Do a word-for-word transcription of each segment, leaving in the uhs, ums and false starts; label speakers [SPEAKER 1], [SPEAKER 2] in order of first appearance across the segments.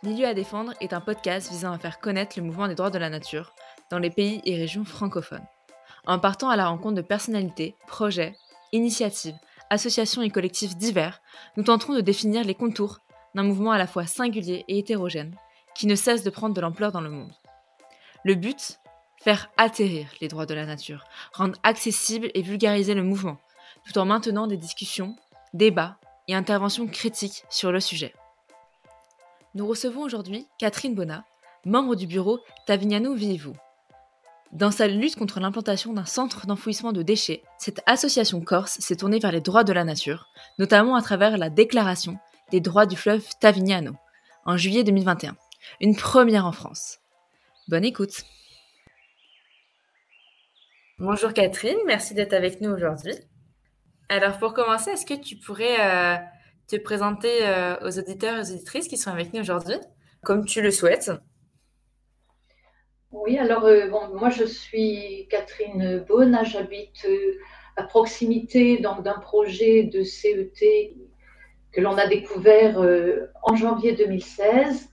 [SPEAKER 1] Milieu à défendre est un podcast visant à faire connaître le mouvement des droits de la nature dans les pays et régions francophones. En partant à la rencontre de personnalités, projets, initiatives, associations et collectifs divers, nous tenterons de définir les contours d'un mouvement à la fois singulier et hétérogène qui ne cesse de prendre de l'ampleur dans le monde. Le but ? Faire atterrir les droits de la nature, rendre accessible et vulgariser le mouvement, tout en maintenant des discussions, débats et interventions critiques sur le sujet. Nous recevons aujourd'hui Catherine Bonnat, membre du bureau Tavignano Vivez-vous. Dans sa lutte contre l'implantation d'un centre d'enfouissement de déchets, cette association corse s'est tournée vers les droits de la nature, notamment à travers la Déclaration des droits du fleuve Tavignano, en juillet deux mille vingt et un. Une première en France. Bonne écoute. Bonjour Catherine, merci d'être avec nous aujourd'hui. Alors pour commencer, est-ce que tu pourrais euh, te présenter euh, aux auditeurs et aux auditrices qui sont avec nous aujourd'hui, comme tu le souhaites?
[SPEAKER 2] Oui, alors euh, bon, moi je suis Catherine Bonnat, j'habite euh, à proximité donc, d'un projet de C E T que l'on a découvert euh, en janvier deux mille seize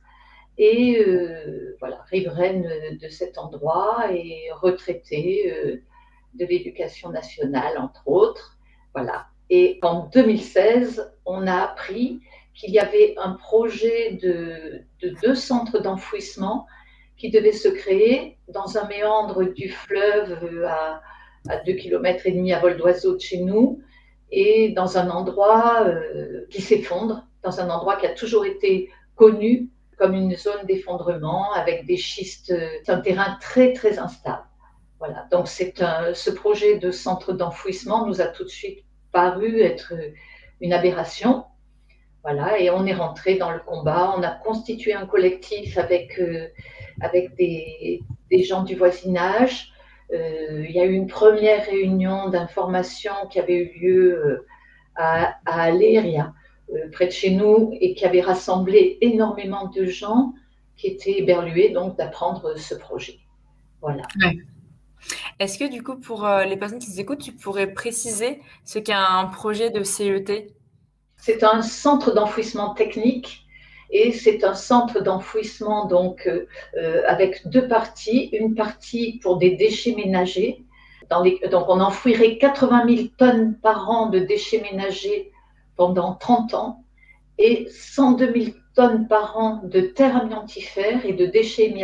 [SPEAKER 2] et euh, voilà, riveraine de cet endroit et retraitée euh, de l'éducation nationale entre autres. Voilà. Et en deux mille seize, on a appris qu'il y avait un projet de, de deux centres d'enfouissement qui devait se créer dans un méandre du fleuve à, à deux kilomètres et demi à vol d'oiseau de chez nous et dans un endroit euh, qui s'effondre, dans un endroit qui a toujours été connu comme une zone d'effondrement avec des schistes. C'est un terrain très très instable. Voilà. Donc c'est un, ce projet de centre d'enfouissement nous a tout de suite paru être une aberration. Voilà, et on est rentré dans le combat. On a constitué un collectif avec, euh, avec des, des gens du voisinage. Euh, il y a eu une première réunion d'information qui avait eu lieu euh, à, à Aléria, euh, près de chez nous, et qui avait rassemblé énormément de gens qui étaient éberlués donc d'apprendre ce projet. Voilà.
[SPEAKER 1] Ouais. Est-ce que du coup, pour euh, les personnes qui nous écoutent, tu pourrais préciser ce qu'est un projet de C E T ?
[SPEAKER 2] C'est un centre d'enfouissement technique et c'est un centre d'enfouissement donc euh, avec deux parties. Une partie pour des déchets ménagers. Dans les, donc on enfouirait quatre-vingt mille tonnes par an de déchets ménagers pendant trente ans et cent deux mille tonnes par an de terre amiantifère et de déchets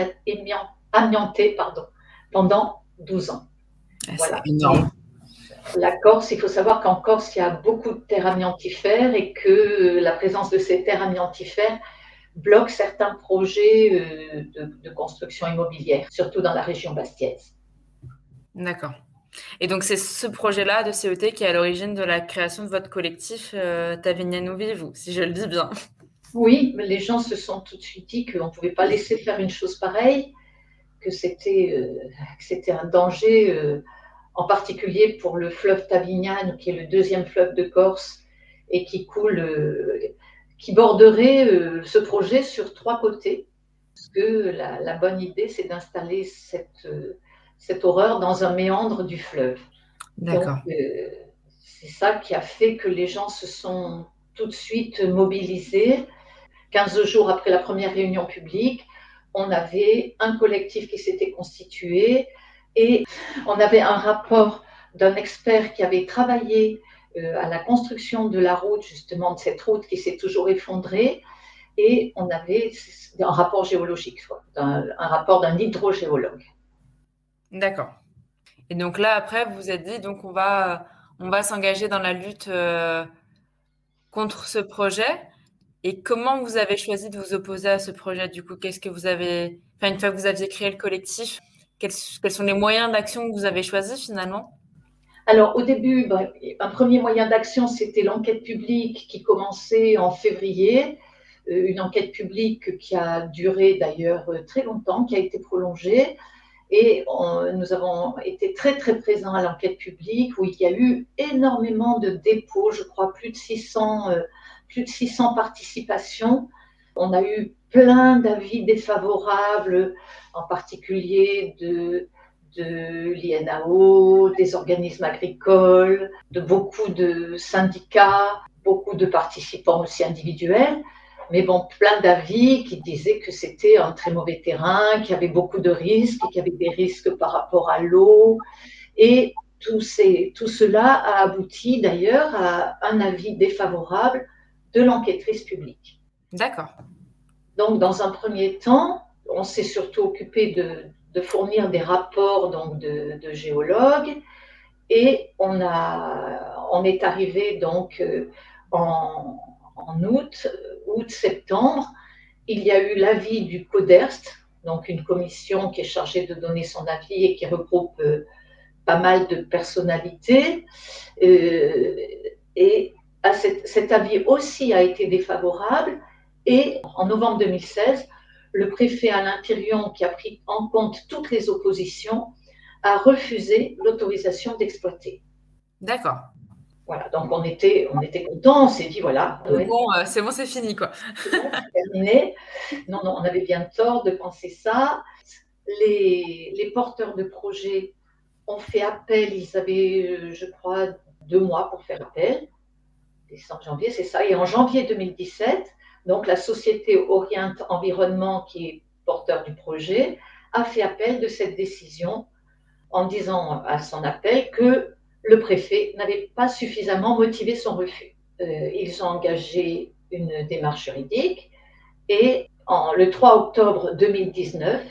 [SPEAKER 2] amiantés pardon, pendant douze ans.
[SPEAKER 1] Ah,
[SPEAKER 2] voilà.
[SPEAKER 1] C'est énorme.
[SPEAKER 2] La Corse, il faut savoir qu'en Corse, il y a beaucoup de terres amiantifères et que la présence de ces terres amiantifères bloque certains projets de, de construction immobilière, surtout dans la région bastiaise.
[SPEAKER 1] D'accord. Et donc c'est ce projet-là de C E T qui est à l'origine de la création de votre collectif euh, Tavignano Vivez-vous, si je le dis bien.
[SPEAKER 2] Oui, mais les gens se sont tout de suite dit qu'on ne pouvait pas laisser faire une chose pareille, que c'était, euh, que c'était un danger... Euh, en particulier pour le fleuve Tavignane, qui est le deuxième fleuve de Corse et qui coule, euh, qui borderait euh, ce projet sur trois côtés. Parce que la, la bonne idée, c'est d'installer cette, euh, cette horreur dans un méandre du fleuve.
[SPEAKER 1] D'accord.
[SPEAKER 2] Donc, euh, c'est ça qui a fait que les gens se sont tout de suite mobilisés. quinze jours après la première réunion publique, on avait un collectif qui s'était constitué, et on avait un rapport d'un expert qui avait travaillé euh, à la construction de la route, justement de cette route qui s'est toujours effondrée, et on avait un rapport géologique, soit, un, un rapport d'un hydrogéologue.
[SPEAKER 1] D'accord. Et donc là, après, vous vous êtes dit, donc on va, on va s'engager dans la lutte euh, contre ce projet. Et comment vous avez choisi de vous opposer à ce projet, du coup? Qu'est-ce que vous avez... Enfin, une fois que vous aviez créé le collectif, quels, quels sont les moyens d'action que vous avez choisis finalement?
[SPEAKER 2] Alors, au début, ben, un premier moyen d'action, c'était l'enquête publique qui commençait en février, euh, une enquête publique qui a duré d'ailleurs très longtemps, qui a été prolongée. Et on, nous avons été très, très présents à l'enquête publique où il y a eu énormément de dépôts, je crois plus de six cents, euh, plus de six cents participations. On a eu plein d'avis défavorables, en particulier de, de l'I N A O, des organismes agricoles, de beaucoup de syndicats, beaucoup de participants aussi individuels. mais bon, plein d'avis qui disaient que c'était un très mauvais terrain, qu'il y avait beaucoup de risques, qu'il y avait des risques par rapport à l'eau. Et tout, ces, tout cela a abouti d'ailleurs à un avis défavorable de l'enquêtrice publique.
[SPEAKER 1] D'accord.
[SPEAKER 2] Donc, dans un premier temps, on s'est surtout occupé de, de fournir des rapports donc de, de géologues, et on, a, on est arrivé donc en, en août, août-septembre. Il y a eu l'avis du CODERST, donc une commission qui est chargée de donner son avis et qui regroupe euh, pas mal de personnalités. Euh, et à cet, cet avis aussi a été défavorable. Et en novembre deux mille seize, le préfet Alain Thirion, qui a pris en compte toutes les oppositions, a refusé l'autorisation d'exploiter.
[SPEAKER 1] D'accord.
[SPEAKER 2] Voilà, donc on était, on était contents, on s'est dit voilà.
[SPEAKER 1] C'est bon, euh, c'est bon, c'est fini quoi.
[SPEAKER 2] C'est bon, c'est terminé. Non, non, on avait bien tort de penser ça. Les, les porteurs de projets ont fait appel, ils avaient, je crois, deux mois pour faire appel. Décembre, janvier, c'est ça. Et en janvier deux mille dix-sept, donc la société Orient Environnement, qui est porteur du projet, a fait appel de cette décision en disant à son appel que le préfet n'avait pas suffisamment motivé son refus. Euh, ils ont engagé une démarche juridique et en, le trois octobre deux mille dix-neuf,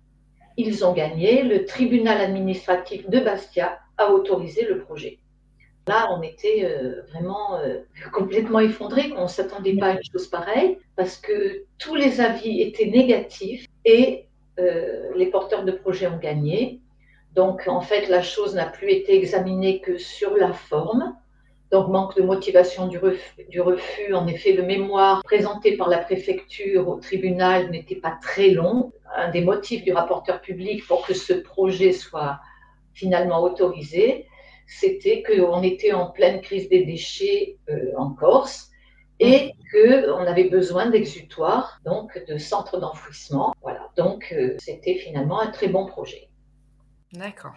[SPEAKER 2] ils ont gagné. Le tribunal administratif de Bastia a autorisé le projet. Là, on était euh, vraiment euh, complètement effondrés, on ne s'attendait pas à une chose pareille, parce que tous les avis étaient négatifs et euh, les porteurs de projet ont gagné. Donc, en fait, la chose n'a plus été examinée que sur la forme. Donc, manque de motivation du refus, du refus. En effet, le mémoire présenté par la préfecture au tribunal n'était pas très long. Un des motifs du rapporteur public pour que ce projet soit finalement autorisé, c'était qu'on était en pleine crise des déchets euh, en Corse et qu'on avait besoin d'exutoires, donc de centres d'enfouissement. Voilà, donc euh, c'était finalement un très bon projet.
[SPEAKER 1] D'accord.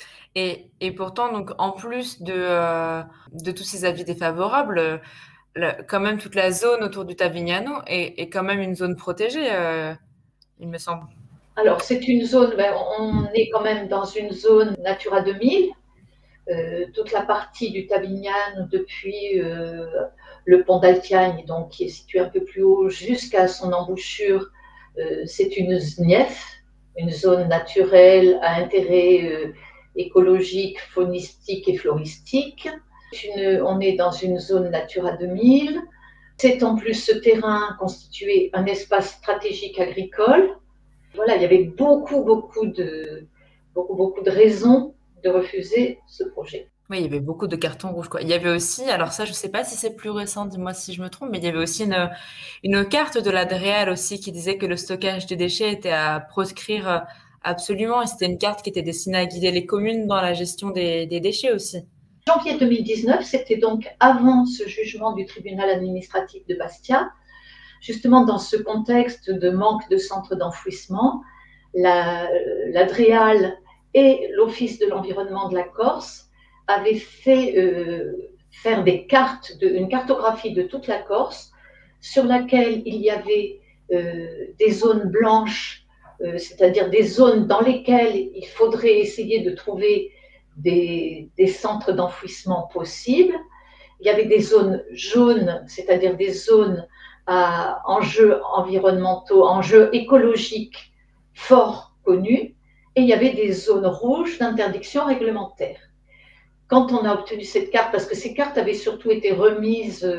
[SPEAKER 1] Et, et pourtant, donc, en plus de, euh, de tous ces avis défavorables, le, quand même toute la zone autour du Tavignano est, est quand même une zone protégée, euh, il me semble.
[SPEAKER 2] Alors, c'est une zone, ben, on est quand même dans une zone Natura deux mille. Euh, toute la partie du Tavignano depuis euh, le pont d'Altiagne, donc qui est situé un peu plus haut, jusqu'à son embouchure, euh, c'est une Z N I E F, une zone naturelle à intérêt euh, écologique, faunistique et floristique. Une, on est dans une zone Natura deux mille. C'est en plus ce terrain constitué un espace stratégique agricole. Voilà, il y avait beaucoup, beaucoup de, beaucoup, beaucoup de raisons de refuser ce projet.
[SPEAKER 1] Oui, il y avait beaucoup de cartons rouges, quoi. Il y avait aussi, alors ça, je sais pas si c'est plus récent, dis-moi si je me trompe, mais il y avait aussi une, une carte de la Dreal aussi qui disait que le stockage des déchets était à proscrire absolument, et c'était une carte qui était destinée à guider les communes dans la gestion des, des déchets aussi.
[SPEAKER 2] Janvier deux mille dix-neuf, c'était donc avant ce jugement du tribunal administratif de Bastia. Justement, dans ce contexte de manque de centres d'enfouissement, la, la Dreal et l'Office de l'environnement de la Corse avaient fait euh, faire des cartes, de, une cartographie de toute la Corse, sur laquelle il y avait euh, des zones blanches, euh, c'est-à-dire des zones dans lesquelles il faudrait essayer de trouver des, des centres d'enfouissement possibles. Il y avait des zones jaunes, c'est-à-dire des zones à enjeux environnementaux, enjeux écologiques forts connus, et il y avait des zones rouges d'interdiction réglementaire. Quand on a obtenu cette carte, parce que ces cartes avaient surtout été remises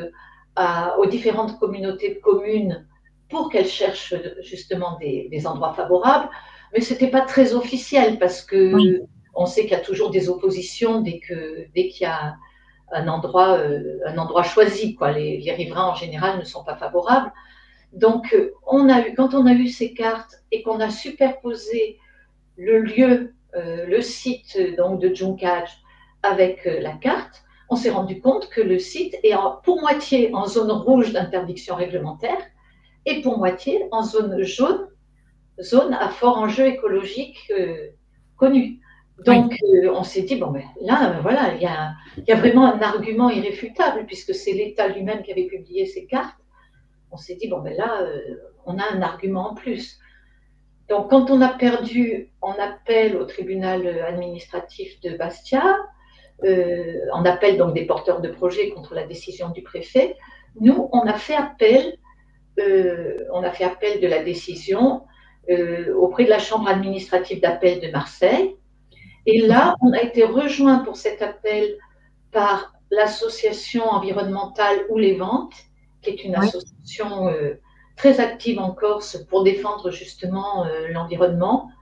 [SPEAKER 2] à, aux différentes communautés de communes pour qu'elles cherchent justement des, des endroits favorables, mais ce n'était pas très officiel parce que oui. On sait qu'il y a toujours des oppositions dès, que, dès qu'il y a un endroit, euh, un endroit choisi, quoi. Les, les riverains en général ne sont pas favorables. Donc, on a eu, quand on a eu ces cartes et qu'on a superposé le lieu, euh, le site donc, de Djunkaj avec euh, la carte, on s'est rendu compte que le site est en, pour moitié en zone rouge d'interdiction réglementaire et pour moitié en zone jaune, zone à fort enjeu écologique euh, connu. Donc, oui. euh, on s'est dit, bon, ben, là, ben, voilà, il y, y a vraiment un argument irréfutable, puisque c'est l'État lui-même qui avait publié ces cartes. On s'est dit, bon, ben là, euh, on a un argument en plus. Donc, quand on a perdu en appel au tribunal administratif de Bastia, euh, en appel donc des porteurs de projet contre la décision du préfet, nous, on a fait appel, euh, on a fait appel de la décision euh, auprès de la chambre administrative d'appel de Marseille. Et là, on a été rejoint pour cet appel par l'association environnementale Ou les Ventes, qui est une
[SPEAKER 1] Oui.
[SPEAKER 2] association euh, très active en Corse pour défendre justement euh, l'environnement.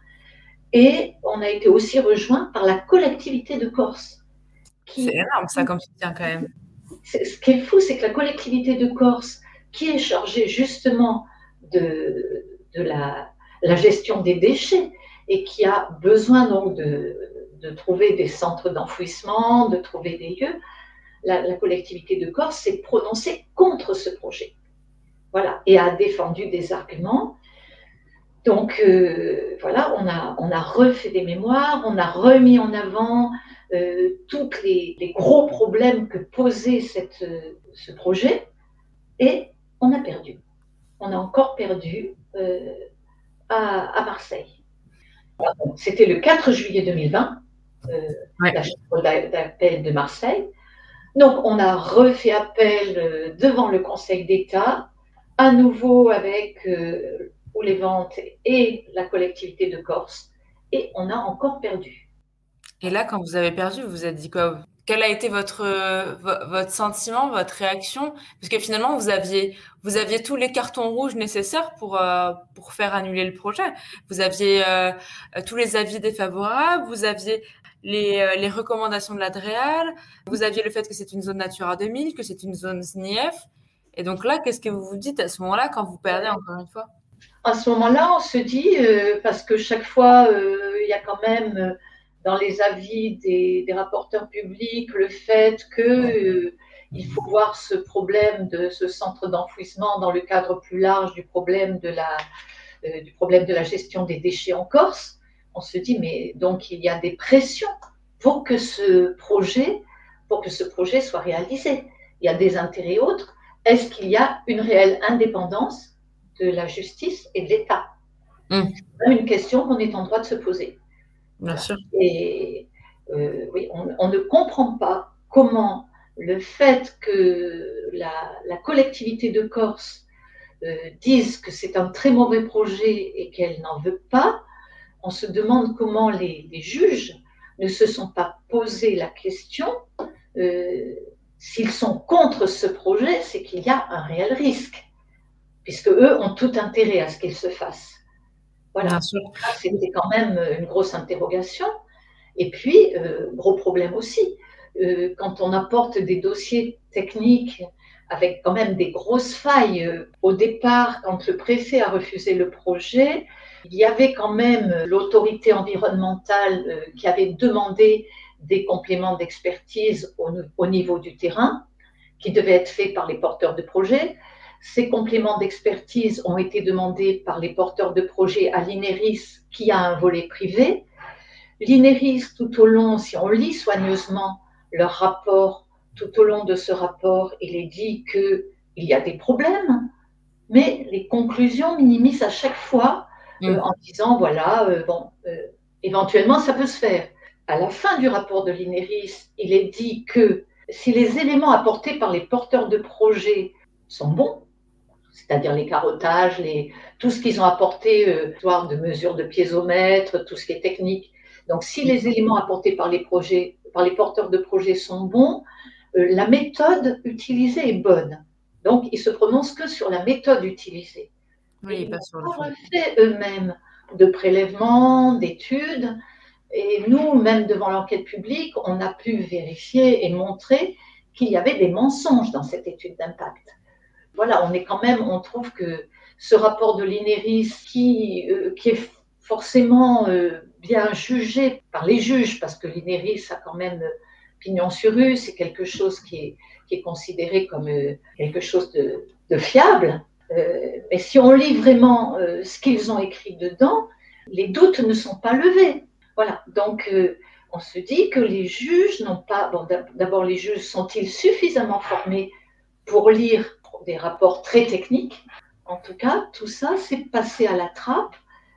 [SPEAKER 2] Et on a été aussi rejoint par la collectivité de Corse.
[SPEAKER 1] Qui, c'est énorme ça comme soutien quand même.
[SPEAKER 2] Ce qui est fou, c'est que la collectivité de Corse, qui est chargée justement de, de la, la gestion des déchets et qui a besoin donc de, de trouver des centres d'enfouissement, de trouver des lieux, la, la collectivité de Corse s'est prononcée contre ce projet. Voilà, et a défendu des arguments. Donc euh, voilà, on a, on a refait des mémoires, on a remis en avant euh, tous les, les gros problèmes que posait cette, ce projet, et on a perdu. On a encore perdu euh, à, à Marseille. C'était le quatre juillet deux mille vingt, euh, ouais. La chambre d'appel de Marseille. Donc on a refait appel euh, devant le Conseil d'État, à nouveau avec euh, Ou les Ventes et la collectivité de Corse, et on a encore perdu.
[SPEAKER 1] Et là, quand vous avez perdu, vous vous êtes dit quoi ? Quel a été votre, euh, votre sentiment, votre réaction ? Parce que finalement, vous aviez, vous aviez tous les cartons rouges nécessaires pour, euh, pour faire annuler le projet. Vous aviez euh, tous les avis défavorables, vous aviez les, euh, les recommandations de l'Adréal, vous aviez le fait que c'est une zone Natura deux mille, que c'est une zone S N I F. Et donc là, qu'est-ce que vous vous dites à ce moment-là quand vous perdez encore une fois ?
[SPEAKER 2] À ce moment-là, on se dit, euh, parce que chaque fois, euh, il y a quand même... Euh, dans les avis des, des rapporteurs publics, le fait qu'il euh, faut voir ce problème de ce centre d'enfouissement dans le cadre plus large du problème de la, euh, du problème de la gestion des déchets en Corse. On se dit, mais donc il y a des pressions pour que ce projet, pour que ce projet soit réalisé. Il y a des intérêts autres. Est-ce qu'il y a une réelle indépendance de la justice et de l'État ? mmh. C'est une question qu'on est en droit de se poser.
[SPEAKER 1] Bien sûr.
[SPEAKER 2] Et euh, oui, on, on ne comprend pas comment le fait que la, la collectivité de Corse euh, dise que c'est un très mauvais projet et qu'elle n'en veut pas, on se demande comment les, les juges ne se sont pas posé la question. Euh, s'ils sont contre ce projet, c'est qu'il y a un réel risque, puisque eux ont tout intérêt à ce qu'il se fasse. Voilà, c'était quand même une grosse interrogation. Et puis, euh, gros problème aussi, euh, quand on apporte des dossiers techniques avec quand même des grosses failles, euh, au départ, quand le préfet a refusé le projet, il y avait quand même l'autorité environnementale euh, qui avait demandé des compléments d'expertise au, au niveau du terrain, qui devaient être faits par les porteurs de projet. Ces compléments d'expertise ont été demandés par les porteurs de projet à l'INERIS, qui a un volet privé. L'INERIS, tout au long, si on lit soigneusement leur rapport, tout au long de ce rapport, il est dit qu'il y a des problèmes, mais les conclusions minimisent à chaque fois mmh. euh, en disant, voilà, euh, bon, euh, éventuellement, ça peut se faire. À la fin du rapport de l'INERIS, il est dit que si les éléments apportés par les porteurs de projet sont bons, c'est-à-dire les carottages, les, tout ce qu'ils ont apporté, euh, de mesures de piézomètre, tout ce qui est technique. Donc, si les éléments apportés par les projets, par les porteurs de projets sont bons, euh, la méthode utilisée est bonne. Donc, ils se prononcent que sur la méthode utilisée.
[SPEAKER 1] Oui,
[SPEAKER 2] ils
[SPEAKER 1] pas sur le
[SPEAKER 2] fond. Ils ont fait eux-mêmes de prélèvements, d'études, et nous, même devant l'enquête publique, on a pu vérifier et montrer qu'il y avait des mensonges dans cette étude d'impact. Voilà, on est quand même, on trouve que ce rapport de l'INERIS qui, euh, qui est forcément euh, bien jugé par les juges, parce que l'INERIS a quand même euh, pignon sur rue, c'est quelque chose qui est, qui est considéré comme euh, quelque chose de, de fiable. Euh, mais si on lit vraiment euh, ce qu'ils ont écrit dedans, les doutes ne sont pas levés. Voilà, donc euh, on se dit que les juges n'ont pas... Bon, d'abord, les juges sont-ils suffisamment formés pour lire pour des rapports très techniques. En tout cas, tout ça, c'est passé à la trappe.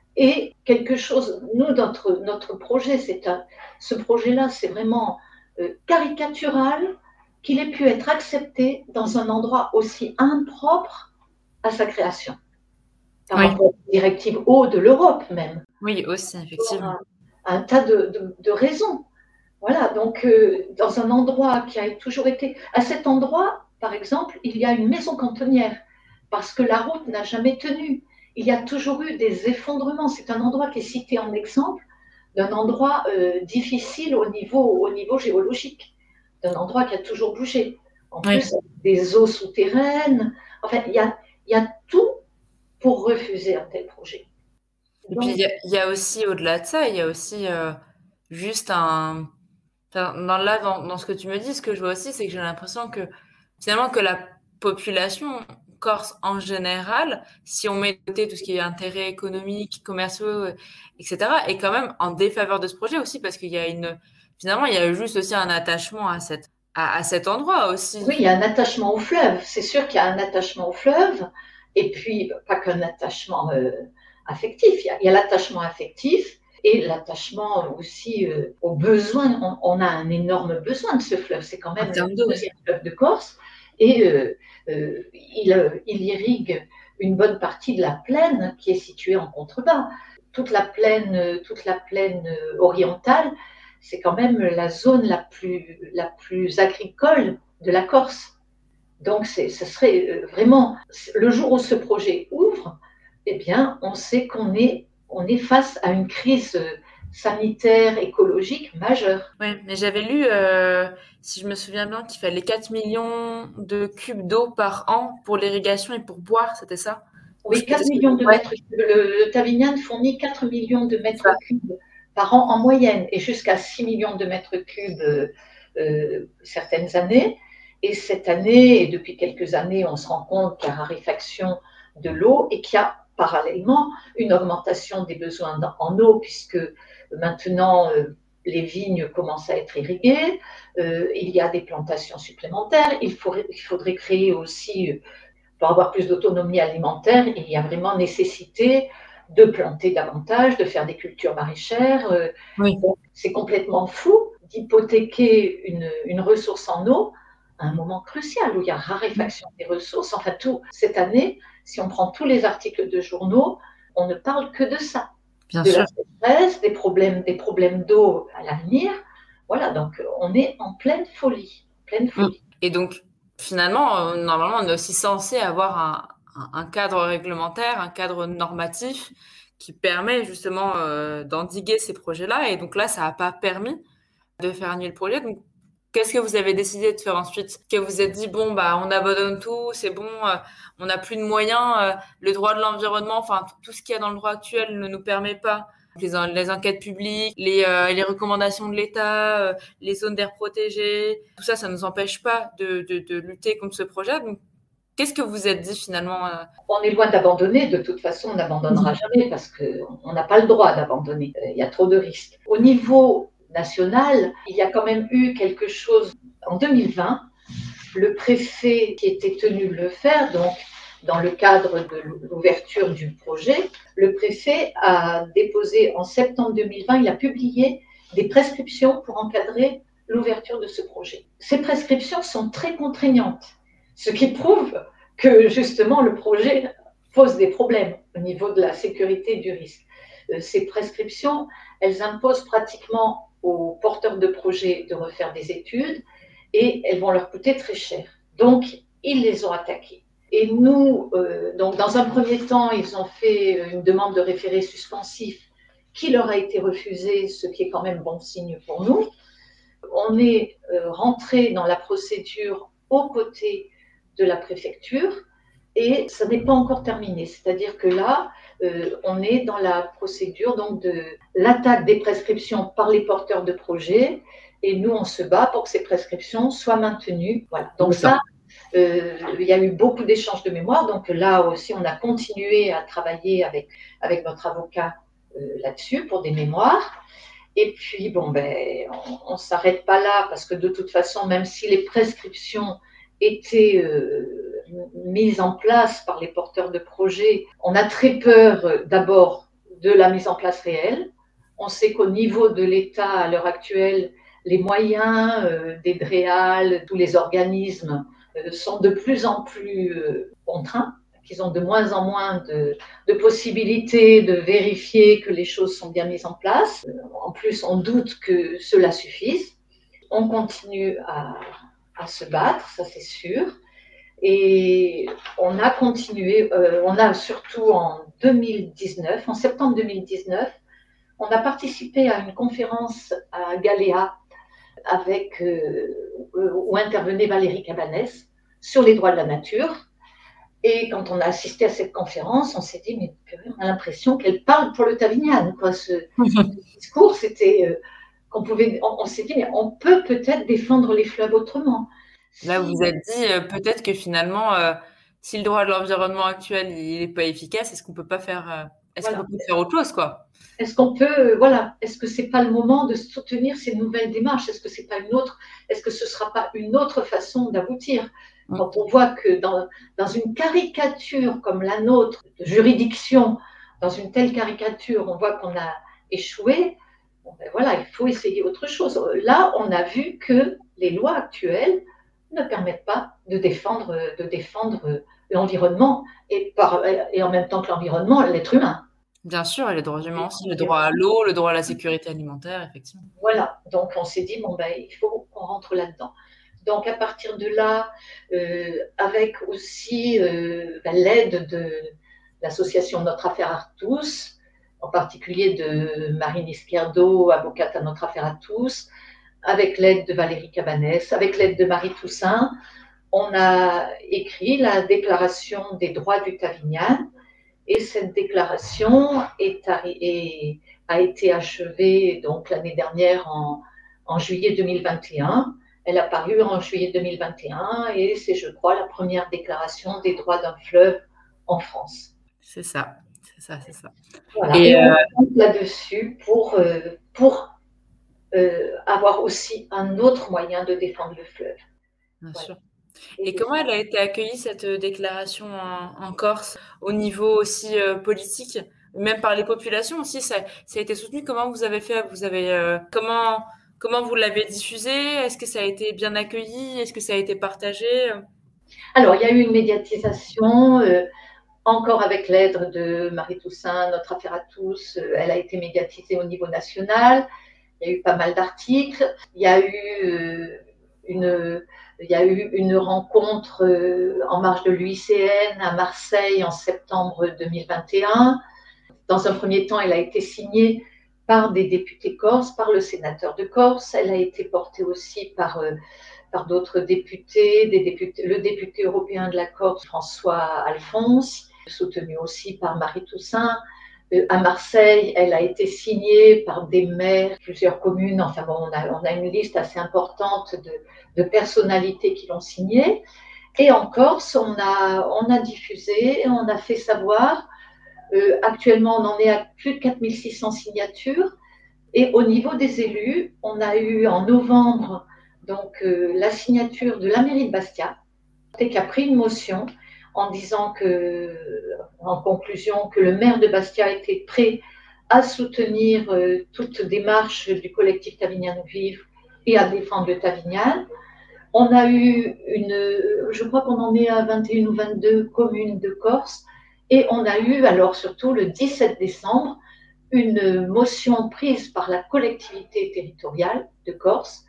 [SPEAKER 2] Et quelque chose, nous, notre, notre projet, c'est un, ce projet-là, c'est vraiment euh, caricatural qu'il ait pu être accepté dans un endroit aussi impropre à sa création, par
[SPEAKER 1] Oui,
[SPEAKER 2] rapport aux directives eau de l'Europe même.
[SPEAKER 1] oui, aussi,
[SPEAKER 2] Pour
[SPEAKER 1] effectivement.
[SPEAKER 2] un, un tas de, de, de raisons. Voilà, donc euh, dans un endroit qui a toujours été... À cet endroit, par exemple, il y a une maison cantonnière, parce que la route n'a jamais tenu. Il y a toujours eu des effondrements. C'est un endroit qui est cité en exemple d'un endroit euh, difficile au niveau, au niveau géologique, d'un endroit qui a toujours bougé. En
[SPEAKER 1] Oui.
[SPEAKER 2] plus, des eaux souterraines. Enfin, il y a, il y a tout pour refuser un tel projet.
[SPEAKER 1] Et puis, il
[SPEAKER 2] Donc,
[SPEAKER 1] y a, il y a aussi, au-delà de ça, il y a aussi euh, juste un... Enfin, dans, là, dans, dans ce que tu me dis, ce que je vois aussi, c'est que j'ai l'impression que finalement que la population corse en général, si on met de côté tout ce qui est intérêts économiques, commerciaux, euh, et cetera, est quand même en défaveur de ce projet aussi parce qu'il y a une... Finalement, il y a juste aussi un attachement à cette, à, à cet endroit aussi.
[SPEAKER 2] oui, il y a un attachement au fleuve. C'est sûr qu'il y a un attachement au fleuve, et puis pas qu'un attachement euh, affectif. Il y a, il y a l'attachement affectif et l'attachement aussi euh, aux besoins. On, on, a un énorme besoin de ce fleuve. C'est quand
[SPEAKER 1] En
[SPEAKER 2] même le
[SPEAKER 1] termes d'eau, ouais.
[SPEAKER 2] deuxième fleuve de Corse, et euh, euh, il, il irrigue une bonne partie de la plaine qui est située en contrebas. Toute la plaine, toute la plaine orientale, c'est quand même la zone la plus, la plus agricole de la Corse. Donc, c'est, ce serait vraiment, le jour où ce projet ouvre, eh bien, on sait qu'on est, on est face à une crise sanitaire, écologique majeure.
[SPEAKER 1] Oui, mais j'avais lu, euh, si je me souviens bien, qu'il fallait quatre millions de cubes d'eau par an pour l'irrigation et pour boire, c'était ça? Ou je
[SPEAKER 2] Oui,
[SPEAKER 1] peux
[SPEAKER 2] quatre
[SPEAKER 1] t'expliquer.
[SPEAKER 2] millions de
[SPEAKER 1] Ouais,
[SPEAKER 2] mètres cubes. Le, le Tavignane fournit quatre millions de
[SPEAKER 1] c'est ça.
[SPEAKER 2] mètres cubes par an en moyenne et jusqu'à six millions de mètres cubes euh, euh, certaines années. Et cette année, et depuis quelques années, on se rend compte qu'il y a raréfaction de l'eau et qu'il y a parallèlement une augmentation des besoins en eau, puisque maintenant euh, les vignes commencent à être irriguées, euh, il y a des plantations supplémentaires, il, faut, il faudrait créer aussi, pour avoir plus d'autonomie alimentaire, il y a vraiment nécessité de planter davantage, de faire des cultures maraîchères. Euh,
[SPEAKER 1] Oui.
[SPEAKER 2] donc, c'est complètement fou d'hypothéquer une, une ressource en eau à un moment crucial où il y a raréfaction des ressources. Enfin, tout, cette année, si on prend tous les articles de journaux, on ne parle que de ça,
[SPEAKER 1] Bien
[SPEAKER 2] de la
[SPEAKER 1] sûr.
[SPEAKER 2] sécheresse, des problèmes, des problèmes d'eau à l'avenir. Voilà, donc on est en pleine folie, pleine
[SPEAKER 1] Mm.
[SPEAKER 2] folie.
[SPEAKER 1] Et donc, finalement, euh, normalement, on est aussi censé avoir un, un- un cadre réglementaire, un cadre normatif qui permet justement euh, d'endiguer ces projets-là. Et donc là, ça n'a pas permis de faire annuler le projet. Donc, qu'est-ce que vous avez décidé de faire ensuite? Que vous vous êtes dit, bon, bah, on abandonne tout, c'est bon, euh, on n'a plus de moyens, euh, le droit de l'environnement, enfin, tout tout ce qu'il y a dans le droit actuel ne nous permet pas. Les, en- les enquêtes publiques, les, euh, les recommandations de l'État, euh, les zones d'air protégées, tout ça, ça ne nous empêche pas de, de, de lutter contre ce projet. Donc, qu'est-ce que vous vous êtes dit finalement? euh
[SPEAKER 2] On est loin d'abandonner, de toute façon, on n'abandonnera jamais parce qu'on n'a pas le droit d'abandonner. Il y a trop de risques. Au niveau national, il y a quand même eu quelque chose en deux mille vingt. Le préfet qui était tenu de le faire, donc dans le cadre de l'ouverture du projet, le préfet a déposé en septembre deux mille vingt, il a publié des prescriptions pour encadrer l'ouverture de ce projet. Ces prescriptions sont très contraignantes, ce qui prouve que justement le projet pose des problèmes au niveau de la sécurité et du risque. Ces prescriptions, elles imposent pratiquement aux porteurs de projets de refaire des études et elles vont leur coûter très cher. Donc, ils les ont attaquées. Et nous, euh, donc dans un premier temps, ils ont fait une demande de référé suspensif qui leur a été refusée, ce qui est quand même bon signe pour nous. On est euh, rentré dans la procédure aux côtés de la préfecture et ça n'est pas encore terminé. C'est-à-dire que là, euh, on est dans la procédure donc de l'attaque des prescriptions par les porteurs de projets et nous, on se bat pour que ces prescriptions soient maintenues. Voilà. Donc ça, euh, il y a eu beaucoup d'échanges de mémoire. Donc là aussi, on a continué à travailler avec, avec notre avocat euh, là-dessus pour des mémoires. Et puis, bon, ben, on ne s'arrête pas là parce que de toute façon, même si les prescriptions étaient euh, mise en place par les porteurs de projets, on a très peur euh, d'abord de la mise en place réelle. On sait qu'au niveau de l'État, à l'heure actuelle, les moyens euh, des DREAL, tous les organismes euh, sont de plus en plus euh, contraints, qu'ils ont de moins en moins de, de possibilités de vérifier que les choses sont bien mises en place. En plus, on doute que cela suffise. On continue à, à se battre, ça c'est sûr. Et on a continué, euh, on a surtout en deux mille dix-neuf, en septembre deux mille dix-neuf, on a participé à une conférence à Galéa avec, euh, où intervenait Valérie Cabanès sur les droits de la nature. Et quand on a assisté à cette conférence, on s'est dit, mais on a l'impression qu'elle parle pour le Tavignan, quoi. Ce, ce discours, c'était euh, qu'on pouvait, on, on s'est dit, mais on peut peut-être défendre les fleuves autrement.
[SPEAKER 1] Là, vous vous êtes dit euh, peut-être que finalement, euh, si le droit de l'environnement actuel il n'est pas efficace, est-ce qu'on peut pas faire, euh, est-ce voilà. qu'on peut pas faire autre chose, quoi?
[SPEAKER 2] Est-ce qu'on peut, voilà, est-ce que c'est pas le moment de soutenir ces nouvelles démarches? Est-ce que c'est pas une autre, est-ce que ce sera pas une autre façon d'aboutir? Mmh. Quand on voit que dans, dans une caricature comme la nôtre, de juridiction, dans une telle caricature, on voit qu'on a échoué, bon ben voilà, il faut essayer autre chose. Là, on a vu que les lois actuelles ne permettent pas de défendre, de défendre l'environnement et, par, et en même temps que l'environnement, l'être humain.
[SPEAKER 1] Bien sûr, et les droits humains aussi, le droit à l'eau, le droit à la sécurité alimentaire, effectivement.
[SPEAKER 2] Voilà, donc on s'est dit, bon, ben, il faut qu'on rentre là-dedans. Donc à partir de là, euh, avec aussi euh, ben, l'aide de l'association Notre Affaire à tous, en particulier de Marine Izquierdo, avocate à Notre Affaire à tous, avec l'aide de Valérie Cabanès, avec l'aide de Marie Toussaint, on a écrit la Déclaration des droits du Tavignan. Et cette déclaration est, est, a été achevée donc l'année dernière en, en juillet deux mille vingt et un. Elle a paru en juillet deux mille vingt et un et c'est, je crois, la première déclaration des droits d'un fleuve en France.
[SPEAKER 1] C'est ça, c'est ça, c'est ça.
[SPEAKER 2] Voilà. Et, et on euh... compte là-dessus pour, euh, pour euh, avoir aussi un autre moyen de défendre le fleuve.
[SPEAKER 1] Bien voilà. sûr. Et comment elle a été accueillie, cette déclaration en, en Corse, au niveau aussi euh, politique, même par les populations aussi, ça, ça a été soutenu? Comment vous avez fait? Vous avez, euh, comment, comment vous l'avez diffusé? Est-ce que ça a été bien accueilli? Est-ce que ça a été partagé?
[SPEAKER 2] Alors, il y a eu une médiatisation, euh, encore avec l'aide de Marie Toussaint, Notre Affaire à tous. Euh, elle a été médiatisée au niveau national. Il y a eu pas mal d'articles. Il y a eu euh, une... Il y a eu une rencontre en marge de l'U I C N à Marseille en septembre deux mille vingt et un. Dans un premier temps, elle a été signée par des députés corses, par le sénateur de Corse. Elle a été portée aussi par, par d'autres députés, des députés, le député européen de la Corse, François Alphonse, soutenu aussi par Marie Toussaint. À Marseille, elle a été signée par des maires, plusieurs communes. Enfin bon, on a, on a une liste assez importante de, de personnalités qui l'ont signée. Et en Corse, on a, on a diffusé, on a fait savoir. Euh, actuellement, on en est à plus de quatre mille six cents signatures. Et au niveau des élus, on a eu en novembre donc, euh, la signature de la mairie de Bastia, qui a pris une motion en disant que, en conclusion, que le maire de Bastia était prêt à soutenir euh, toute démarche du collectif Tavignan Vive et à défendre le Tavignan. On a eu une, je crois qu'on en est à vingt et une ou vingt-deux communes de Corse, et on a eu, alors surtout le dix-sept décembre, une motion prise par la collectivité territoriale de Corse,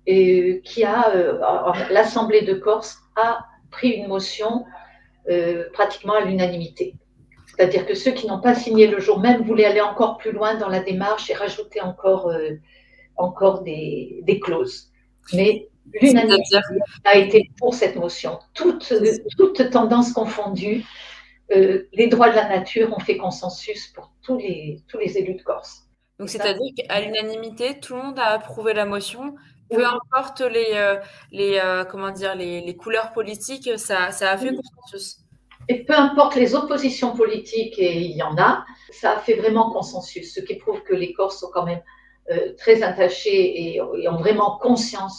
[SPEAKER 2] et qui a, euh, l'Assemblée de Corse a pris une motion Euh, pratiquement à l'unanimité. C'est-à-dire que ceux qui n'ont pas signé le jour même voulaient aller encore plus loin dans la démarche et rajouter encore, euh, encore des, des clauses. Mais l'unanimité a été pour cette motion. Toute, toute tendance confondue, euh, les droits de la nature ont fait consensus pour tous les, tous les élus de Corse.
[SPEAKER 1] Donc, c'est-à-dire qu'à l'unanimité, tout le monde a approuvé la motion. Peu importe les, euh, les, euh, comment dire, les, les couleurs politiques, ça, ça a fait oui. consensus.
[SPEAKER 2] Et peu importe les oppositions politiques, et il y en a, ça a fait vraiment consensus, ce qui prouve que les Corses sont quand même euh, très attachés et, et ont vraiment conscience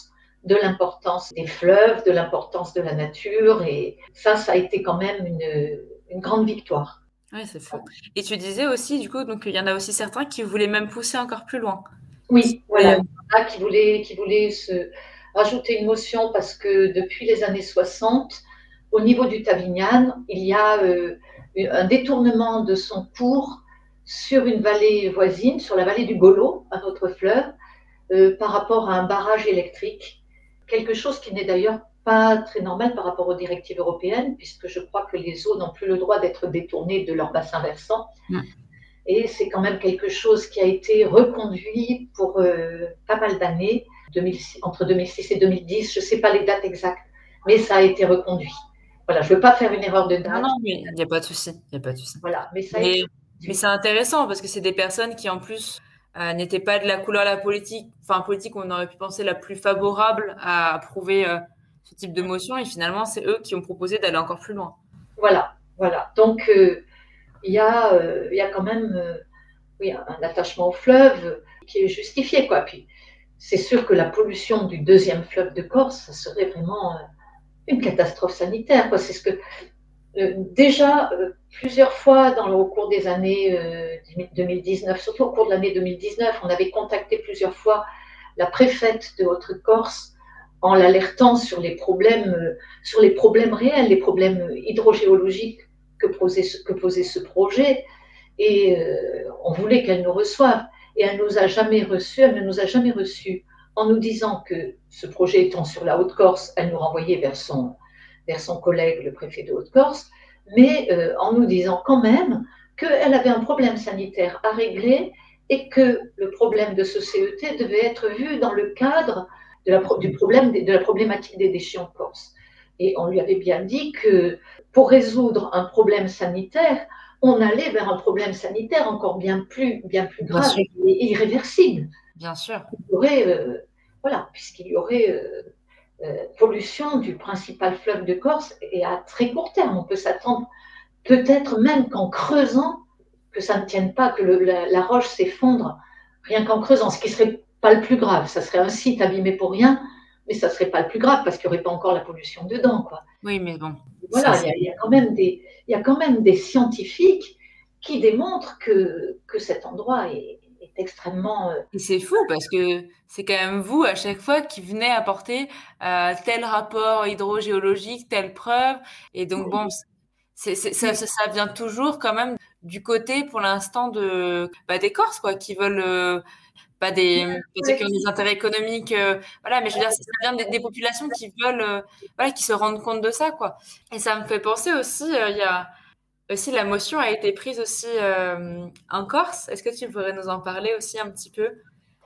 [SPEAKER 2] de l'importance des fleuves, de l'importance de la nature. Et ça, ça a été quand même une, une grande victoire.
[SPEAKER 1] Oui, c'est fou. Et tu disais aussi, du coup, donc il y en a aussi certains qui voulaient même pousser encore plus loin.
[SPEAKER 2] Oui, voilà. Il y en a qui voulaient, qui voulaient se rajouter une motion parce que depuis les années soixante, au niveau du Tavignane, il y a euh, un détournement de son cours sur une vallée voisine, sur la vallée du Golo, un autre fleuve, euh, par rapport à un barrage électrique. Quelque chose qui n'est d'ailleurs pas très normal par rapport aux directives européennes, puisque je crois que les eaux n'ont plus le droit d'être détournées de leur bassin versant. Mmh. Et c'est quand même quelque chose qui a été reconduit pour euh, pas mal d'années, deux mille six, entre deux mille six et deux mille dix, je ne sais pas les dates exactes, mais ça a été reconduit. Voilà, je ne veux pas faire une erreur de date.
[SPEAKER 1] Non, non, mais il n'y a pas de souci. Il n'y a pas de souci.
[SPEAKER 2] Voilà, mais ça a
[SPEAKER 1] mais,
[SPEAKER 2] été...
[SPEAKER 1] mais c'est intéressant parce que c'est des personnes qui, en plus, euh, n'étaient pas de la couleur de la politique, enfin, politique, on aurait pu penser la plus favorable à approuver euh, ce type de motion. Et finalement, c'est eux qui ont proposé d'aller encore plus loin.
[SPEAKER 2] Voilà, voilà. Donc, euh, il y a, euh, il y a quand même euh, oui, un attachement au fleuve qui est justifié, quoi. Puis, c'est sûr que la pollution du deuxième fleuve de Corse, ça serait vraiment euh, une catastrophe sanitaire, quoi. C'est ce que euh, déjà euh, plusieurs fois dans le, au cours des années euh, deux mille dix-neuf, surtout au cours de l'année deux mille dix-neuf, on avait contacté plusieurs fois la préfète de Haute-Corse en l'alertant sur les problèmes, euh, sur les problèmes réels, les problèmes hydrogéologiques que posait ce, que posait ce projet. Et euh, on voulait qu'elle nous reçoive. Et elle nous a jamais reçus, elle ne nous a jamais reçus en nous disant que ce projet étant sur la Haute-Corse, elle nous renvoyait vers son, vers son collègue, le préfet de Haute-Corse, mais euh, en nous disant quand même qu'elle avait un problème sanitaire à régler et que le problème de ce C E T devait être vu dans le cadre de la, du problème, de la problématique des déchets en Corse. Et on lui avait bien dit que pour résoudre un problème sanitaire, on allait vers un problème sanitaire encore bien plus, bien plus grave et irréversible.
[SPEAKER 1] Bien sûr.
[SPEAKER 2] Il y aurait, euh, voilà, puisqu'il y aurait euh, euh, pollution du principal fleuve de Corse et à très court terme. On peut s'attendre peut-être même qu'en creusant, que ça ne tienne pas, que le, la, la roche s'effondre, rien qu'en creusant, ce qui ne serait pas le plus grave. Ça serait un site abîmé pour rien, mais ça ne serait pas le plus grave parce qu'il n'y aurait pas encore la pollution dedans, quoi.
[SPEAKER 1] Oui, mais bon.
[SPEAKER 2] Voilà, il y, y a quand même des, il y a quand même des scientifiques qui démontrent que, que cet endroit est, est extrêmement... Euh...
[SPEAKER 1] Et c'est fou parce que c'est quand même vous, à chaque fois, qui venez apporter euh, tel rapport hydrogéologique, telle preuve. Et donc, bon, c'est, c'est, ça, ça, ça vient toujours quand même du côté, pour l'instant, de, bah, des Corses, quoi, qui veulent... Euh, pas des ceux qui ont des intérêts économiques, euh, voilà, mais je veux dire, ça vient des, des populations qui veulent, euh, voilà, qui se rendent compte de ça, quoi. Et ça me fait penser aussi, il euh, y a aussi la motion a été prise aussi euh, en Corse. Est-ce que tu pourrais nous en parler aussi un petit peu?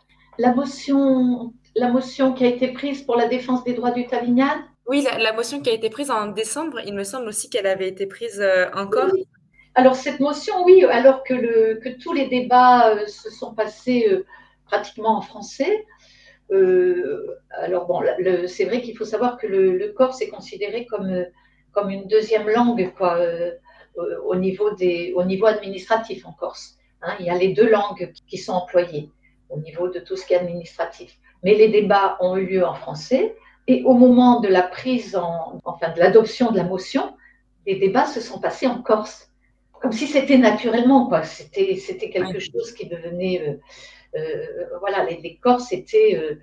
[SPEAKER 2] La motion, la motion qui a été prise pour la défense des droits du Tavignane?
[SPEAKER 1] Oui, la, la motion qui a été prise en décembre, il me semble aussi qu'elle avait été prise euh, en Corse.
[SPEAKER 2] Oui. Alors cette motion, oui, alors que, le, que tous les débats euh, se sont passés euh, pratiquement en français. Euh, alors bon, le, c'est vrai qu'il faut savoir que le, le corse est considéré comme, comme une deuxième langue, quoi, euh, au, niveau des, au niveau administratif en Corse. Hein, il y a les deux langues qui sont employées au niveau de tout ce qui est administratif. Mais les débats ont eu lieu en français et au moment de la prise, en, enfin de l'adoption de la motion, les débats se sont passés en Corse. Comme si c'était naturellement, quoi. C'était, c'était quelque ouais. chose qui devenait... Euh, Euh, voilà, les, les Corses étaient euh,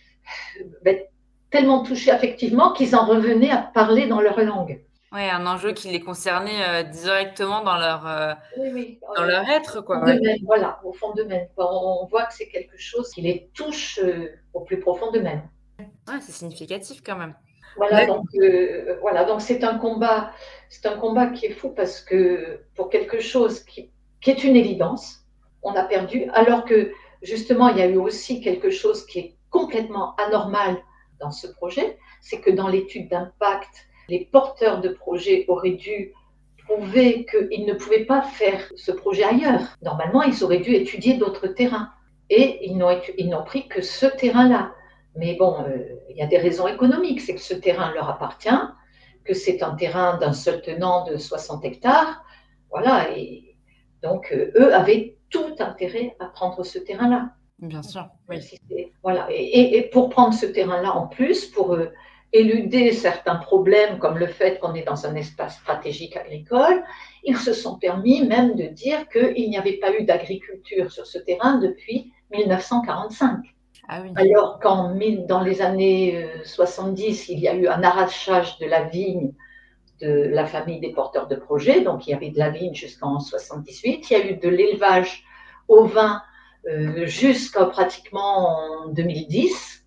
[SPEAKER 2] ben, tellement touchés affectivement qu'ils en revenaient à parler dans leur langue.
[SPEAKER 1] Oui, un enjeu qui les concernait euh, directement dans leur, euh,
[SPEAKER 2] oui, oui.
[SPEAKER 1] dans euh, leur être, quoi.
[SPEAKER 2] Ouais. D'eux-mêmes, voilà, au fond d'eux-mêmes. On, on voit que c'est quelque chose qui les touche euh, au plus profond d'eux-mêmes.
[SPEAKER 1] Ouais, c'est significatif quand même.
[SPEAKER 2] Voilà, ouais. donc euh, voilà, donc c'est un combat, c'est un combat qui est fou parce que pour quelque chose qui, qui est une évidence, on a perdu, alors que justement, il y a eu aussi quelque chose qui est complètement anormal dans ce projet, c'est que dans l'étude d'impact, les porteurs de projet auraient dû prouver qu'ils ne pouvaient pas faire ce projet ailleurs. Normalement, ils auraient dû étudier d'autres terrains. Et ils n'ont, ils n'ont pris que ce terrain-là. Mais bon, euh, il y a des raisons économiques. C'est que ce terrain leur appartient, que c'est un terrain d'un seul tenant de soixante hectares. Voilà. Et donc, euh, eux avaient tout intérêt à prendre ce terrain-là.
[SPEAKER 1] Bien sûr, oui.
[SPEAKER 2] Si c'est- voilà. Et, et- et pour prendre ce terrain-là en plus, pour euh, éluder certains problèmes comme le fait qu'on est dans un espace stratégique agricole, ils se sont permis même de dire qu'il n'y avait pas eu d'agriculture sur ce terrain depuis mille neuf cent quarante-cinq.
[SPEAKER 1] Ah oui.
[SPEAKER 2] Alors qu'en mille- dans les années euh, soixante-dix, il y a eu un arrachage de la vigne de la famille des porteurs de projets, donc il y avait de la vigne jusqu'en soixante-dix-huit, il y a eu de l'élevage au vin euh, jusqu'à pratiquement en deux mille dix,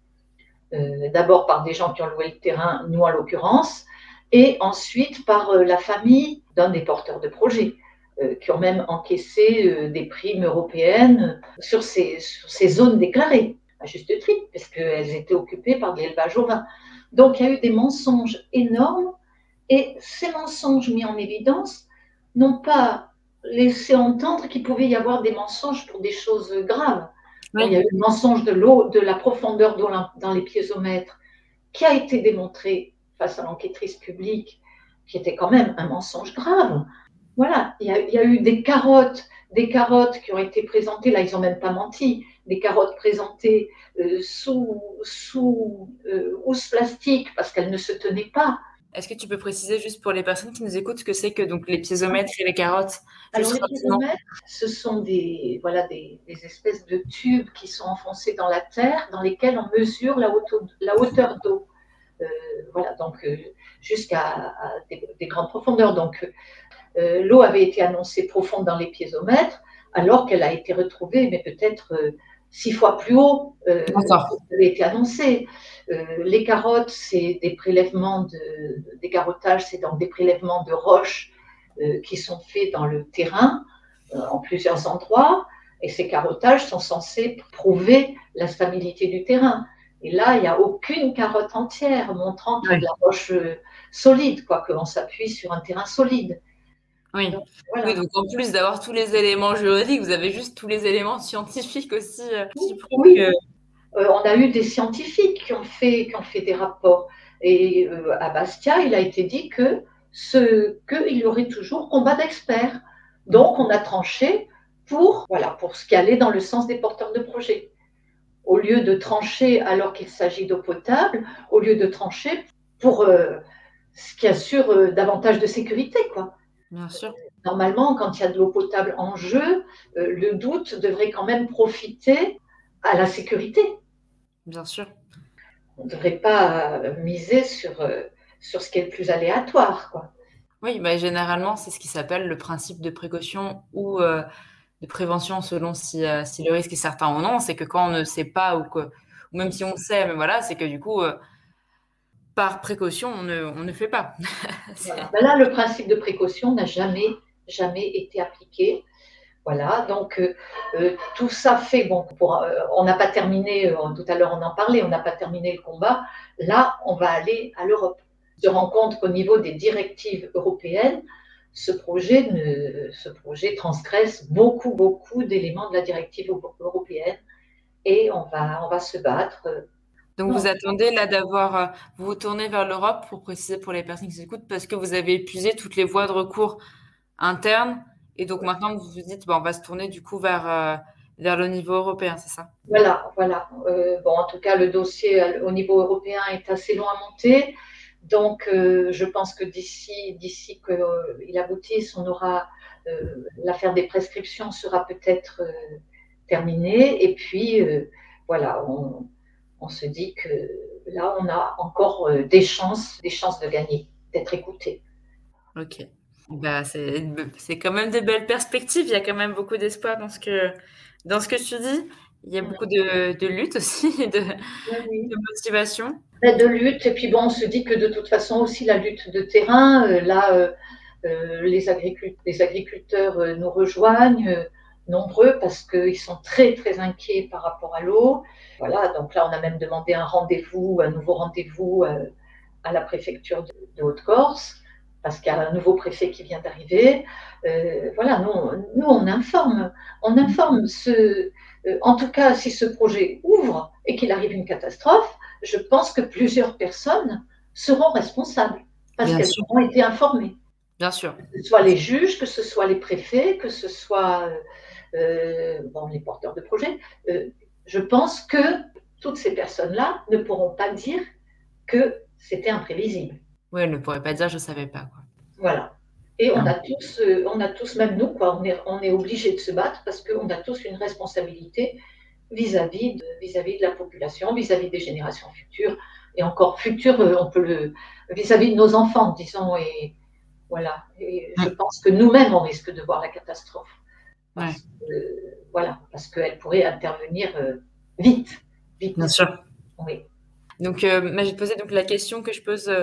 [SPEAKER 2] euh, d'abord par des gens qui ont loué le terrain, nous en l'occurrence, et ensuite par euh, la famille d'un des porteurs de projets, euh, qui ont même encaissé euh, des primes européennes sur ces, sur ces zones déclarées, à juste titre, parce qu'elles étaient occupées par de l'élevage au vin. Donc il y a eu des mensonges énormes, et ces mensonges mis en évidence n'ont pas laissé entendre qu'il pouvait y avoir des mensonges pour des choses graves. Bon, il y a eu le mensonge de l'eau, de la profondeur d'eau dans les piézomètres, qui a été démontré face à l'enquêtrice publique, qui était quand même un mensonge grave. Voilà, il y a, il y a eu des carottes, des carottes qui ont été présentées, là ils n'ont même pas menti, des carottes présentées euh, sous, sous euh, housse plastique parce qu'elles ne se tenaient pas.
[SPEAKER 1] Est-ce que tu peux préciser juste pour les personnes qui nous écoutent ce que c'est que donc les piézomètres et les carottes?
[SPEAKER 2] Alors
[SPEAKER 1] Juste
[SPEAKER 2] les
[SPEAKER 1] rapidement.
[SPEAKER 2] piézomètres, ce sont des, voilà, des, des espèces de tubes qui sont enfoncés dans la terre, dans lesquels on mesure la hauteur, la hauteur d'eau. Euh, voilà, donc euh, jusqu'à à des, des grandes profondeurs. Donc euh, l'eau avait été annoncée profonde dans les piézomètres, alors qu'elle a été retrouvée, mais peut-être euh, six fois plus haut euh, qu'elle avait été annoncée. Euh, les carottes, c'est des prélèvements de, des carottages, c'est donc des prélèvements de roches euh, qui sont faits dans le terrain euh, en plusieurs endroits, et ces carottages sont censés prouver la stabilité du terrain. Et là, il n'y a aucune carotte entière montrant qu'il y a de la roche euh, solide, quoi, qu'on s'appuie sur un terrain solide.
[SPEAKER 1] Oui.
[SPEAKER 2] Donc, voilà.
[SPEAKER 1] Oui, donc en plus d'avoir tous les éléments juridiques, vous avez juste tous les éléments scientifiques aussi euh, qui prouvent
[SPEAKER 2] Oui,
[SPEAKER 1] que.
[SPEAKER 2] Euh, on a eu des scientifiques qui ont fait, qui ont fait des rapports. Et euh, à Bastia, il a été dit que ce, qu'il y aurait toujours combat d'experts. Donc, on a tranché pour, voilà, pour ce qui allait dans le sens des porteurs de projets. Au lieu de trancher alors qu'il s'agit d'eau potable, au lieu de trancher pour euh, ce qui assure euh, davantage de sécurité, quoi.
[SPEAKER 1] Bien sûr.
[SPEAKER 2] Normalement, quand il y a de l'eau potable en jeu, euh, le doute devrait quand même profiter à la sécurité.
[SPEAKER 1] Bien sûr.
[SPEAKER 2] On ne devrait pas miser sur, euh, sur ce qui est le plus aléatoire, quoi.
[SPEAKER 1] Oui, bah, généralement, c'est ce qui s'appelle le principe de précaution ou euh, de prévention selon si, euh, si le risque est certain ou non. C'est que quand on ne sait pas ou que, ou même si on sait, mais voilà, c'est que du coup, euh, par précaution, on ne, on ne fait pas.
[SPEAKER 2] Voilà. Ben là, le principe de précaution n'a jamais, jamais été appliqué. Voilà, donc euh, euh, tout ça fait, bon, pour, euh, on n'a pas terminé, euh, tout à l'heure on en parlait, on n'a pas terminé le combat. Là, on va aller à l'Europe. On se rend compte qu'au niveau des directives européennes, ce projet, ne, ce projet transgresse beaucoup, beaucoup d'éléments de la directive européenne, et on va, on va se battre.
[SPEAKER 1] Donc
[SPEAKER 2] Non,
[SPEAKER 1] vous attendez là d'avoir, euh, vous vous tournez vers l'Europe pour préciser pour les personnes qui s'écoutent parce que vous avez épuisé toutes les voies de recours internes et donc maintenant vous vous dites, bon, on va se tourner du coup vers, euh, vers le niveau européen, c'est ça?
[SPEAKER 2] voilà, voilà. Euh, bon, en tout cas, le dossier euh, au niveau européen est assez long à monter. Donc, euh, je pense que d'ici, d'ici qu'il euh, aboutisse, on aura euh, l'affaire des prescriptions sera peut-être euh, terminée. Et puis, euh, voilà, on, on, se dit que là, on a encore euh, des chances, des chances de gagner, d'être écouté.
[SPEAKER 1] Ok. Bah, c'est, c'est quand même des belles perspectives. Il y a quand même beaucoup d'espoir dans ce que, dans ce que tu dis. Il y a beaucoup de, de lutte aussi et de,
[SPEAKER 2] Oui, oui.
[SPEAKER 1] de motivation.
[SPEAKER 2] De lutte, et puis bon, on se dit que de toute façon aussi la lutte de terrain, euh, là, euh, euh, les, agricult- les agriculteurs euh, nous rejoignent, euh, nombreux, parce qu'ils sont très très inquiets par rapport à l'eau. Voilà, donc là on a même demandé un rendez-vous, un nouveau rendez-vous euh, à la préfecture de, de Haute-Corse, parce qu'il y a un nouveau préfet qui vient d'arriver. Euh, voilà, nous, nous on informe, on informe ce, euh, en tout cas si ce projet ouvre et qu'il arrive une catastrophe, je pense que plusieurs personnes seront responsables parce
[SPEAKER 1] Bien
[SPEAKER 2] qu'elles
[SPEAKER 1] sûr.
[SPEAKER 2] auront été informées.
[SPEAKER 1] Bien sûr.
[SPEAKER 2] Que ce soit les juges, que ce soit les préfets, que ce soit euh, bon, les porteurs de projets. Euh, je pense que toutes ces personnes-là ne pourront pas dire que c'était imprévisible.
[SPEAKER 1] Oui, elle ne pourrait pas dire je ne savais pas, quoi.
[SPEAKER 2] Voilà. Et on a tous, euh, on a tous, même nous, quoi, on est, on est obligé de se battre parce qu'on a tous une responsabilité vis-à-vis de, vis-à-vis de la population, vis-à-vis des générations futures, et encore futures, euh, on peut le, vis-à-vis de nos enfants, disons, et voilà. Et je pense que nous-mêmes, on risque de voir la catastrophe. Parce
[SPEAKER 1] Ouais.
[SPEAKER 2] que, euh, voilà, parce qu'elle pourrait intervenir euh, vite, vite.
[SPEAKER 1] Bien sûr.
[SPEAKER 2] Oui.
[SPEAKER 1] Donc, euh, je vais te poser donc la question que je pose euh,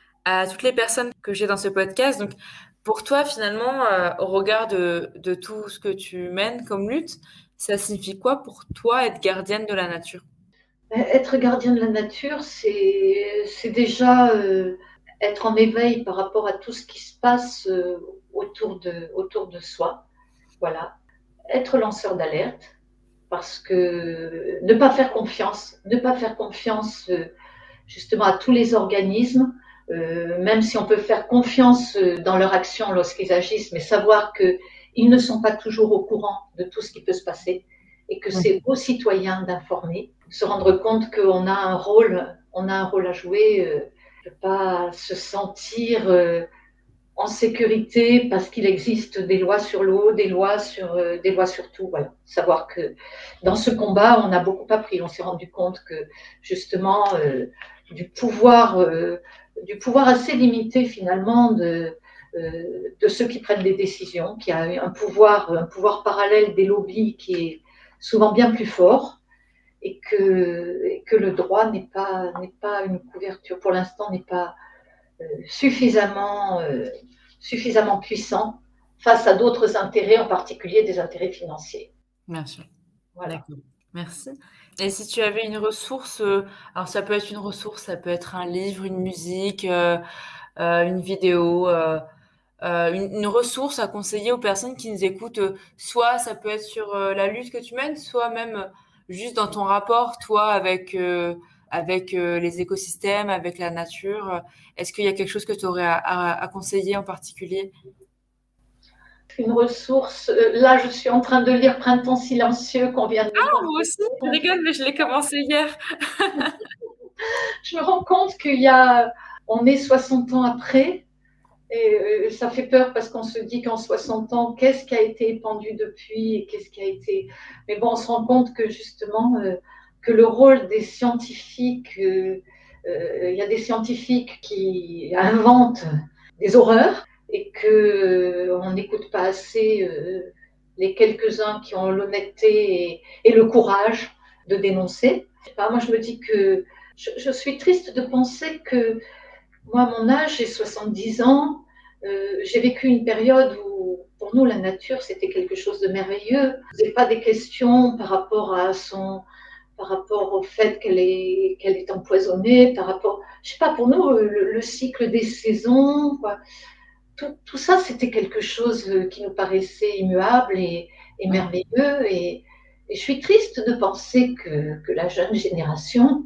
[SPEAKER 1] à toutes les personnes que j'ai dans ce podcast. Donc, pour toi, finalement, euh, au regard de, de tout ce que tu mènes comme lutte, ça signifie quoi pour toi être gardienne de la nature?
[SPEAKER 2] Être gardien de la nature, c'est, c'est déjà euh, être en éveil par rapport à tout ce qui se passe euh, autour de, autour de soi. Voilà. Être lanceur d'alerte, parce que ne pas faire confiance, ne pas faire confiance euh, justement à tous les organismes, euh, même si on peut faire confiance euh, dans leur action lorsqu'ils agissent, mais savoir qu'ils ne sont pas toujours au courant de tout ce qui peut se passer et que c'est aux citoyens d'informer, se rendre compte qu'on a un rôle, on a un rôle à jouer, euh, ne pas se sentir euh, en sécurité parce qu'il existe des lois sur l'eau, des lois sur, euh, des lois sur tout. Voilà. Savoir que dans ce combat, on a beaucoup appris. On s'est rendu compte que justement euh, du pouvoir, euh, du pouvoir assez limité finalement de, euh, de ceux qui prennent des décisions, qui a un pouvoir, un pouvoir parallèle des lobbies qui est souvent bien plus fort. Et que, et que le droit n'est pas, n'est pas une couverture, pour l'instant, n'est pas euh, suffisamment, euh, suffisamment puissant face à d'autres intérêts, en particulier des intérêts financiers.
[SPEAKER 1] Bien sûr.
[SPEAKER 2] Voilà.
[SPEAKER 1] D'accord. Merci. Et si tu avais une ressource, euh, alors ça peut être une ressource, ça peut être un livre, une musique, euh, euh, une vidéo, euh, euh, une, une ressource à conseiller aux personnes qui nous écoutent, euh, soit ça peut être sur euh, la lutte que tu mènes, soit même euh, juste dans ton rapport, toi, avec, euh, avec euh, les écosystèmes, avec la nature. Est-ce qu'il y a quelque chose que tu aurais à, à, à conseiller en particulier?
[SPEAKER 2] Une ressource, euh, là je suis en train de lire Printemps silencieux qu'on vient de me
[SPEAKER 1] Ah, moi aussi, je rigole, mais je l'ai commencé hier.
[SPEAKER 2] Je me rends compte qu'il y a, on est soixante ans après, et euh, ça fait peur parce qu'on se dit qu'en soixante ans, qu'est-ce qui a été épandu depuis et qu'est-ce qui a été. Mais bon, on se rend compte que justement, euh, que le rôle des scientifiques, euh, euh, il y a des scientifiques qui inventent des horreurs et qu'on euh, n'écoute pas assez euh, les quelques-uns qui ont l'honnêteté et, et le courage de dénoncer. Je sais pas, moi, je me dis que je, je suis triste de penser que moi, à mon âge, j'ai soixante-dix ans. Euh, j'ai vécu une période où, pour nous, la nature, c'était quelque chose de merveilleux. Ce n'est pas des questions par rapport à son, par rapport au fait qu'elle est, qu'elle est empoisonnée, par rapport, je sais pas, pour nous, le, le cycle des saisons, quoi. Tout, tout ça, c'était quelque chose qui nous paraissait immuable et, et merveilleux. Et, et je suis triste de penser que, que la jeune génération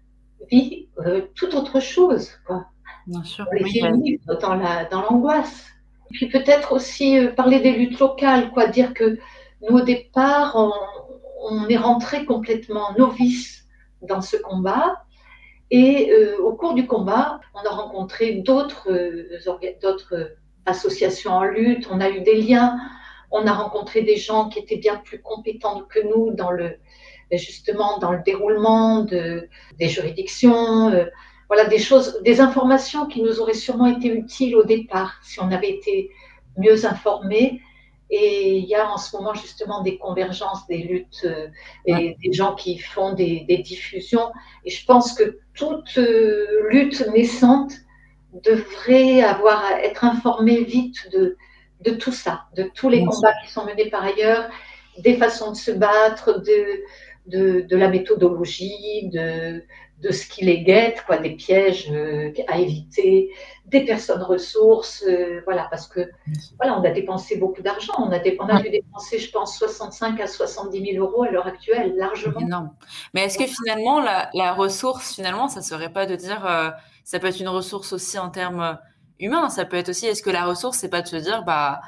[SPEAKER 2] vit euh, tout autre chose, quoi.
[SPEAKER 1] Bien sûr.
[SPEAKER 2] On les
[SPEAKER 1] Oui,
[SPEAKER 2] fait
[SPEAKER 1] bah,
[SPEAKER 2] vivre dans la, dans l'angoisse. Et puis peut-être aussi euh, parler des luttes locales, quoi, dire que nous au départ, on, on est rentré complètement novice dans ce combat. Et euh, au cours du combat, on a rencontré d'autres, euh, d'autres associations en lutte, on a eu des liens, on a rencontré des gens qui étaient bien plus compétents que nous dans le, justement dans le déroulement de, des juridictions. Euh, voilà, des choses, des informations qui nous auraient sûrement été utiles au départ si on avait été mieux informés. Et il y a en ce moment justement des convergences, des luttes euh, et des gens qui font des, des diffusions. Et je pense que toute euh, lutte naissante devrait avoir à être informée vite de, de tout ça, de tous les combats qui sont menés par ailleurs, des façons de se battre, de, de, de la méthodologie, de, de ce qui les guette, quoi, des pièges euh, à éviter, des personnes ressources, euh, voilà, parce que voilà, on a dépensé beaucoup d'argent, on a, dé, on a dû dépenser, je pense, soixante-cinq à soixante-dix mille euros à l'heure actuelle, largement.
[SPEAKER 1] C'est énorme. Mais est-ce que finalement, la, la ressource, finalement, ça serait pas de dire, euh, ça peut être une ressource aussi en termes humains, ça peut être aussi, est-ce que la ressource, c'est pas de se dire, bah,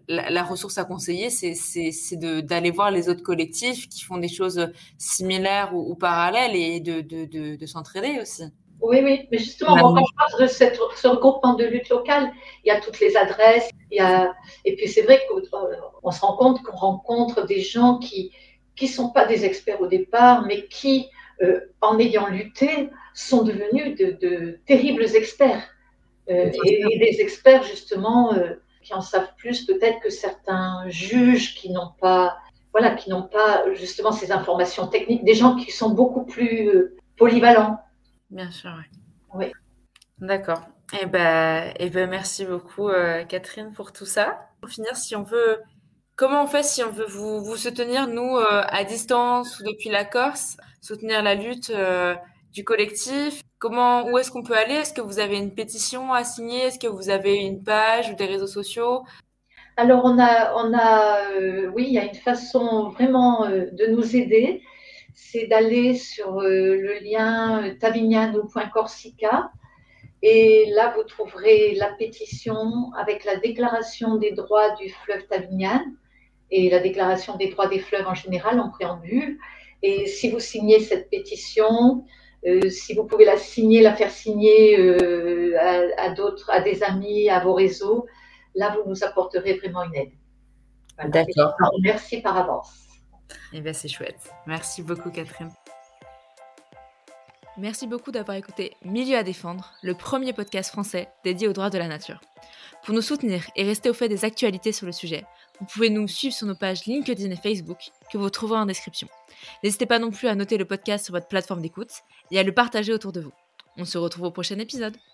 [SPEAKER 1] la, la ressource à conseiller, c'est, c'est, c'est de, d'aller voir les autres collectifs qui font des choses similaires ou, ou parallèles et de, de, de, de s'entraider aussi.
[SPEAKER 2] Oui, oui, mais justement, moi, quand je parle de cette, ce regroupement de lutte locale, il y a toutes les adresses, il y a, et puis c'est vrai qu'on se rend compte qu'on rencontre des gens qui qui sont pas des experts au départ, mais qui, euh, en ayant lutté, sont devenus de, de terribles experts. Euh, et, et des experts, justement, euh, qui en savent plus peut-être que certains juges qui n'ont pas, voilà, qui n'ont pas justement ces informations techniques, des gens qui sont beaucoup plus euh, polyvalents.
[SPEAKER 1] Bien sûr, oui.
[SPEAKER 2] Oui.
[SPEAKER 1] D'accord. Eh ben, eh ben, merci beaucoup, euh, Catherine, pour tout ça. Pour finir, si on veut, comment on fait si on veut vous, vous soutenir, nous, euh, à distance ou depuis la Corse, soutenir la lutte euh, du collectif? Comment, où est-ce qu'on peut aller? Est-ce que vous avez une pétition à signer? Est-ce que vous avez une page ou des réseaux sociaux?
[SPEAKER 2] Alors, on a, on a euh, oui, il y a une façon vraiment euh, de nous aider, c'est d'aller sur euh, le lien euh, tavignano point corsica. Et là, vous trouverez la pétition avec la déclaration des droits du fleuve Tavignan et la déclaration des droits des fleuves en général en préambule. Et si vous signez cette pétition, euh, si vous pouvez la signer, la faire signer euh, à, à d'autres, à des amis, à vos réseaux, là, vous nous apporterez vraiment une aide. Voilà.
[SPEAKER 1] D'accord.
[SPEAKER 2] Merci par avance.
[SPEAKER 1] Eh bien, c'est chouette. Merci beaucoup, Catherine. Merci beaucoup d'avoir écouté Milieu à défendre, le premier podcast français dédié aux droits de la nature. Pour nous soutenir et rester au fait des actualités sur le sujet, vous pouvez nous suivre sur nos pages LinkedIn et Facebook que vous trouverez en description. N'hésitez pas non plus à noter le podcast sur votre plateforme d'écoute et à le partager autour de vous. On se retrouve au prochain épisode.